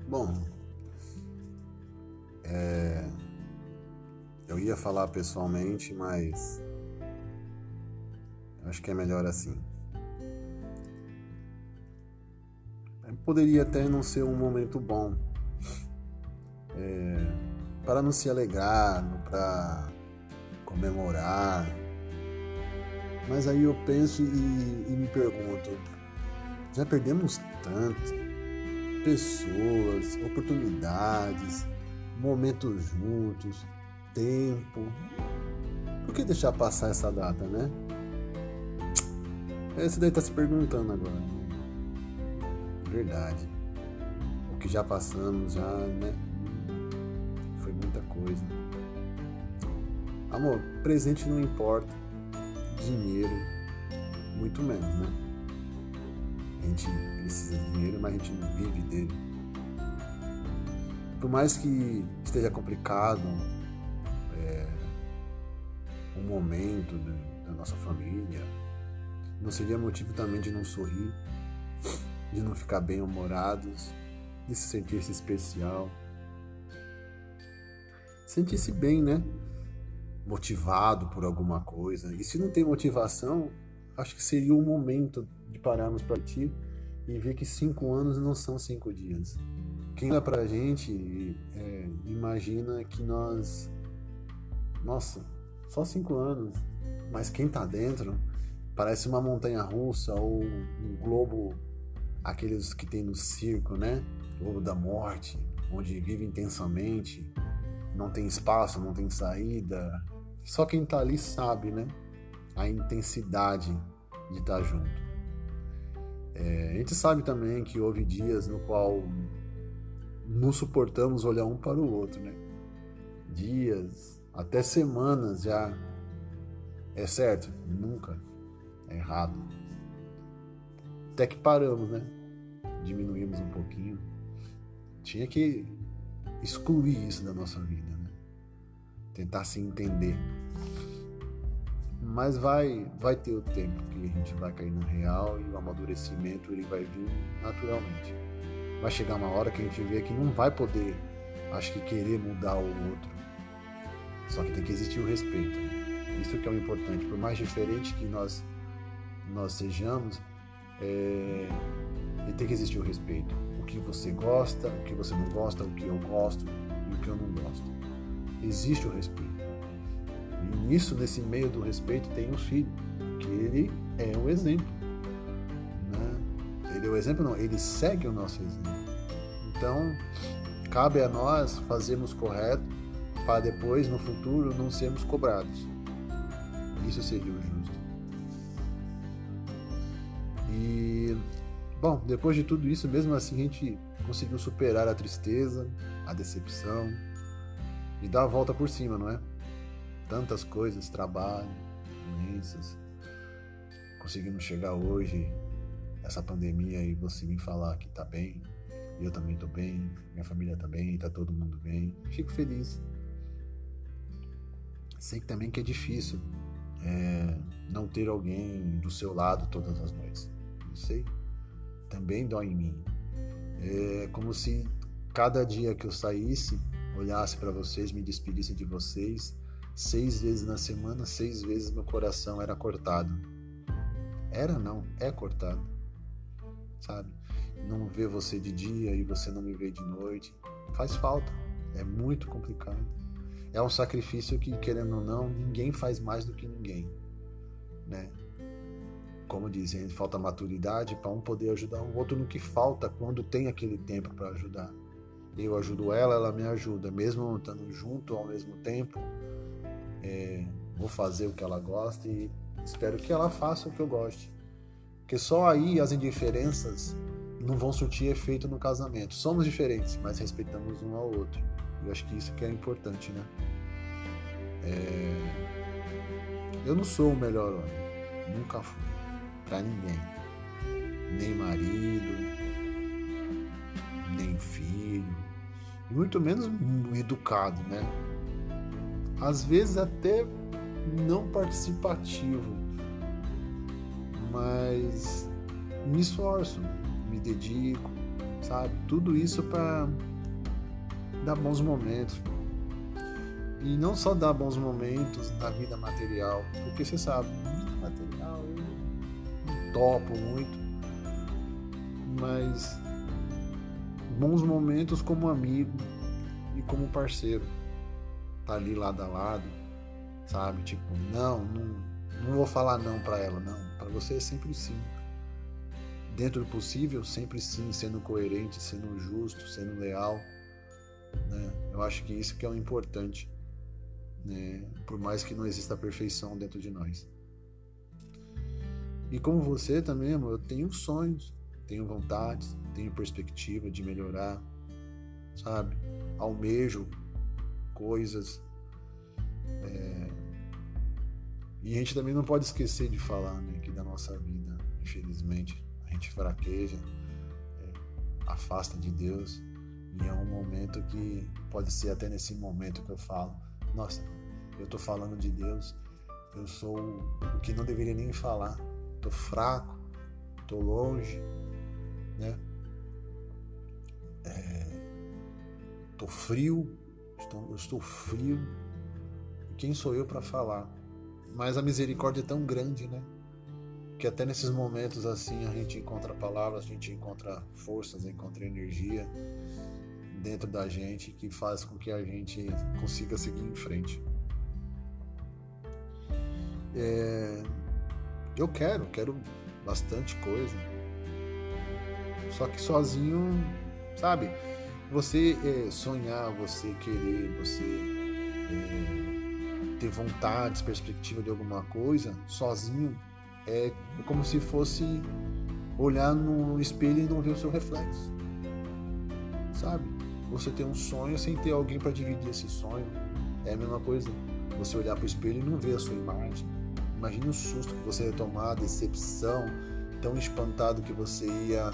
Bom, eu ia falar pessoalmente, mas acho que é melhor assim. Poderia até não ser um momento bom para não se alegrar, para comemorar, mas aí eu penso e me pergunto, já perdemos tanto, pessoas, oportunidades, momentos juntos, tempo. Por que deixar passar essa data, né? Esse daí tá se perguntando agora, né? Verdade. O que já passamos, já, né? Foi muita coisa. Amor, presente não importa. Dinheiro, muito menos, né? A gente precisa de dinheiro, mas a gente não vive dele. Por mais que esteja complicado o momento da nossa família, não seria motivo também de não sorrir, de não ficar bem-humorados, de se sentir-se especial. Sentir-se bem, né? Motivado por alguma coisa. E se não tem motivação, acho que seria o momento de pararmos para ti e ver que 5 anos não são 5 dias. Quem olha pra gente imagina que nós... Nossa, só 5 anos. Mas quem tá dentro parece uma montanha-russa ou um globo, aqueles que tem no circo, né? Globo da morte, onde vive intensamente, não tem espaço, não tem saída. Só quem tá ali sabe, né? A intensidade de estar junto. A gente sabe também que houve dias no qual não suportamos olhar um para o outro, né? Dias, até semanas já. É certo? Nunca. É errado. Até que paramos, né? Diminuímos um pouquinho. Tinha que excluir isso da nossa vida, né? Tentar se entender. Mas vai ter o tempo que a gente vai cair no real e o amadurecimento ele vai vir naturalmente. Vai chegar uma hora que a gente vê que não vai poder, acho que querer mudar o outro. Só que tem que existir o respeito, né? Isso que é o importante. Por mais diferente que nós sejamos, tem que existir o respeito. O que você gosta, o que você não gosta, o que eu gosto e o que eu não gosto. Existe o respeito. E nisso, nesse meio do respeito, tem um filho, que ele é o exemplo. Né? Ele é o exemplo, não, ele segue o nosso exemplo. Então, cabe a nós fazermos correto para depois, no futuro, não sermos cobrados. Isso seria o justo. E, bom, depois de tudo isso, mesmo assim, a gente conseguiu superar a tristeza, a decepção e dar a volta por cima, não é? Tantas coisas, trabalho, doenças. Conseguimos chegar hoje, essa pandemia, e você me falar que tá bem, eu também tô bem, minha família tá bem, tá todo mundo bem. Fico feliz. Sei que também que é difícil não ter alguém do seu lado todas as noites. Não sei. Também dói em mim. É como se cada dia que eu saísse, olhasse para vocês, me despedisse de vocês, 6 vezes na semana, 6 vezes meu coração era cortado. Era não, é cortado. Sabe? Não ver você de dia e você não me ver de noite. Faz falta. É muito complicado. É um sacrifício que, querendo ou não, ninguém faz mais do que ninguém. Né? Como dizem, falta maturidade para um poder ajudar o outro no que falta quando tem aquele tempo para ajudar. Eu ajudo ela, ela me ajuda. Mesmo estando junto ao mesmo tempo, vou fazer o que ela gosta e espero que ela faça o que eu goste. Porque só aí as indiferenças não vão surtir efeito no casamento. Somos diferentes, mas respeitamos um ao outro. Eu acho que isso que é importante, né? Eu não sou o melhor homem. Nunca fui. Pra ninguém. Nem marido, nem filho. E muito menos educado, né? Às vezes até não participativo. Mas me esforço, me dedico, sabe? Tudo isso para dar bons momentos. E não só dar bons momentos na vida material, porque você sabe, vida material eu não topo muito, mas bons momentos como amigo e como parceiro. Tá ali lado a lado, sabe? Tipo, não vou falar não pra ela, não. Pra você é sempre sim. Dentro do possível, sempre sim, sendo coerente, sendo justo, sendo leal, né? Eu acho que isso que é o importante, né? Por mais que não exista perfeição dentro de nós. E como você também, amor, eu tenho sonhos, tenho vontades, tenho perspectiva de melhorar, sabe? Almejo coisas. E a gente também não pode esquecer de falar, né, que da nossa vida, infelizmente, a gente fraqueja, afasta de Deus, e é um momento que pode ser até nesse momento que eu falo, nossa, eu tô falando de Deus, eu sou o que não deveria nem falar, tô fraco, tô longe, né? Tô frio, eu estou frio, quem sou eu para falar? Mas a misericórdia é tão grande, né? Que até nesses momentos assim a gente encontra palavras, a gente encontra forças, encontra energia dentro da gente que faz com que a gente consiga seguir em frente. Eu quero bastante coisa, só que sozinho, sabe? Você sonhar, você querer, você ter vontades, perspectiva de alguma coisa, sozinho, é como se fosse olhar no espelho e não ver o seu reflexo, sabe? Você tem um sonho sem ter alguém para dividir esse sonho, é a mesma coisa. Você olhar para o espelho e não ver a sua imagem. Imagine o susto que você ia tomar, a decepção, tão espantado que você ia,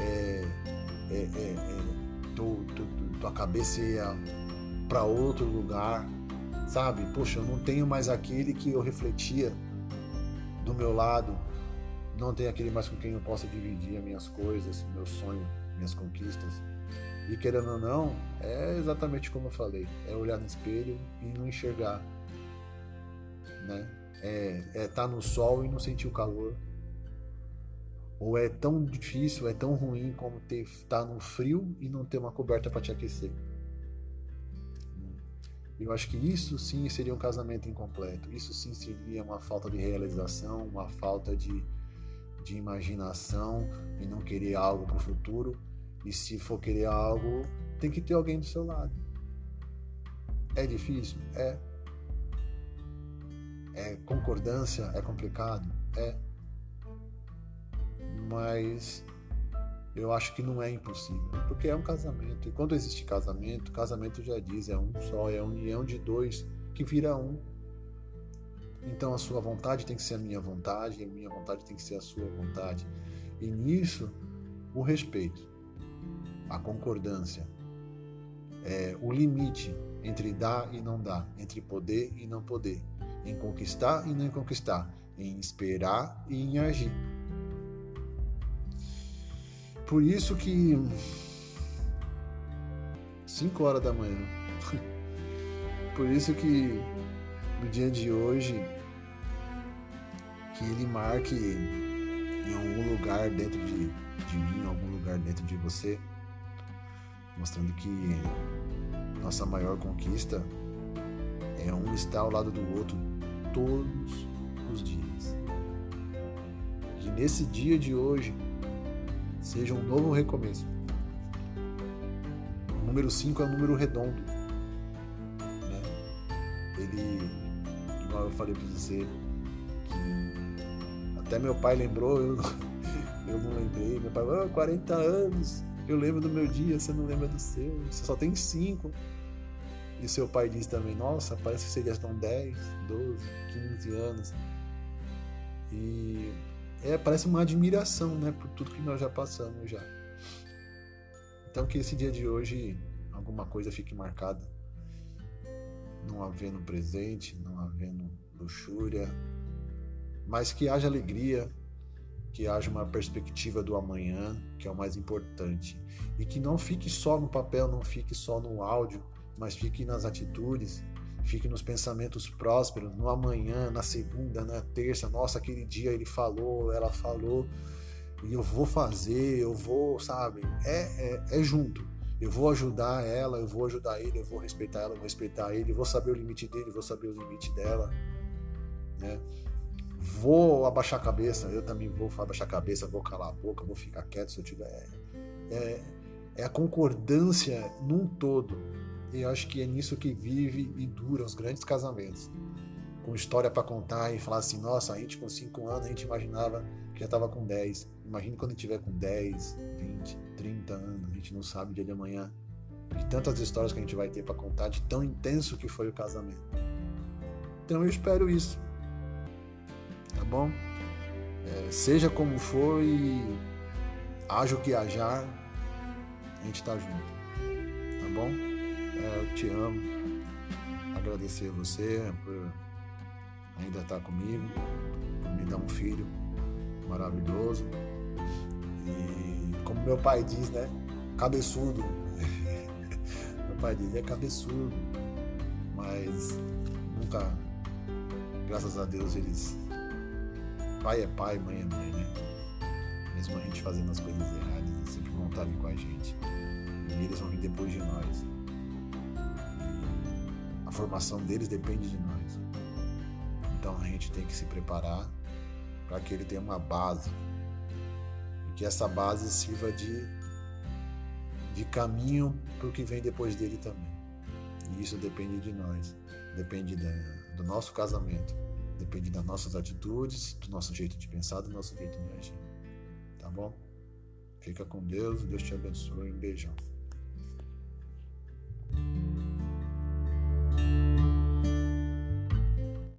tua cabeça ia para outro lugar, sabe? Poxa, eu não tenho mais aquele que eu refletia do meu lado, não tenho aquele mais com quem eu possa dividir as minhas coisas, meus sonhos, minhas conquistas. E querendo ou não, é exatamente como eu falei, é olhar no espelho e não enxergar, né? É estar no sol e não sentir o calor. Ou é tão difícil, é tão ruim como estar no frio e não ter uma coberta para te aquecer. Eu acho que isso sim seria um casamento incompleto. Isso sim seria uma falta de realização, uma falta de imaginação e não querer algo para o futuro. E se for querer algo, tem que ter alguém do seu lado. É difícil? É. Concordância é complicado? É. Mas eu acho que não é impossível, porque é um casamento. E quando existe casamento, casamento já diz, é um só, é a união de dois que vira um. Então a sua vontade tem que ser a minha vontade, e a minha vontade tem que ser a sua vontade. E nisso, o respeito, a concordância, o limite entre dar e não dar, entre poder e não poder, em conquistar e não conquistar, em esperar e em agir. Por isso que 5 horas da manhã, por isso que no dia de hoje, que ele marque em algum lugar dentro de mim, em algum lugar dentro de você, mostrando que nossa maior conquista é um estar ao lado do outro todos os dias. Que nesse dia de hoje seja um novo recomeço. O número 5 é um número redondo, né? Ele, igual eu falei pra você, que até meu pai lembrou, eu não lembrei. Meu pai falou, 40 anos, eu lembro do meu dia, você não lembra do seu, você só tem 5. E seu pai disse também, nossa, parece que vocês já estão 10, 12, 15 anos. E parece uma admiração, né, por tudo que nós já passamos já. Então que esse dia de hoje alguma coisa fique marcada, não havendo presente, não havendo luxúria, mas que haja alegria, que haja uma perspectiva do amanhã, que é o mais importante. E que não fique só no papel, não fique só no áudio, mas fique nas atitudes, fique nos pensamentos prósperos, no amanhã, na segunda, na terça. Nossa, aquele dia ele falou, ela falou, e eu vou fazer, eu vou, sabe? É junto. Eu vou ajudar ela, eu vou ajudar ele, eu vou respeitar ela, eu vou respeitar ele, eu vou saber o limite dele, eu vou saber o limite dela, né? Vou abaixar a cabeça, eu também vou abaixar a cabeça, vou calar a boca, vou ficar quieto se eu tiver. É a concordância num todo. E eu acho que é nisso que vive e dura os grandes casamentos. Com história para contar e falar assim, nossa, a gente com 5 anos, a gente imaginava que já estava com 10. Imagine quando tiver com 10, 20, 30 anos, a gente não sabe o dia de amanhã. E tantas histórias que a gente vai ter para contar de tão intenso que foi o casamento. Então eu espero isso. Tá bom? Seja como for e haja o que hajar, a gente tá junto. Tá bom? Eu te amo. Agradecer a você por ainda estar comigo, por me dar um filho maravilhoso. E como meu pai diz, né? Cabeçudo. Meu pai diz, é cabeçudo. Mas nunca, graças a Deus, eles... Pai é pai, mãe é mãe, né? Mesmo a gente fazendo as coisas erradas, eles sempre vão estar ali com a gente. E eles vão vir depois de nós. E a formação deles depende de nós. Então a gente tem que se preparar para que ele tenha uma base. E que essa base sirva de caminho para o que vem depois dele também. E isso depende de nós. Depende do nosso casamento. Depende das nossas atitudes, do nosso jeito de pensar, do nosso jeito de agir. Tá bom? Fica com Deus, Deus te abençoe. Um beijão.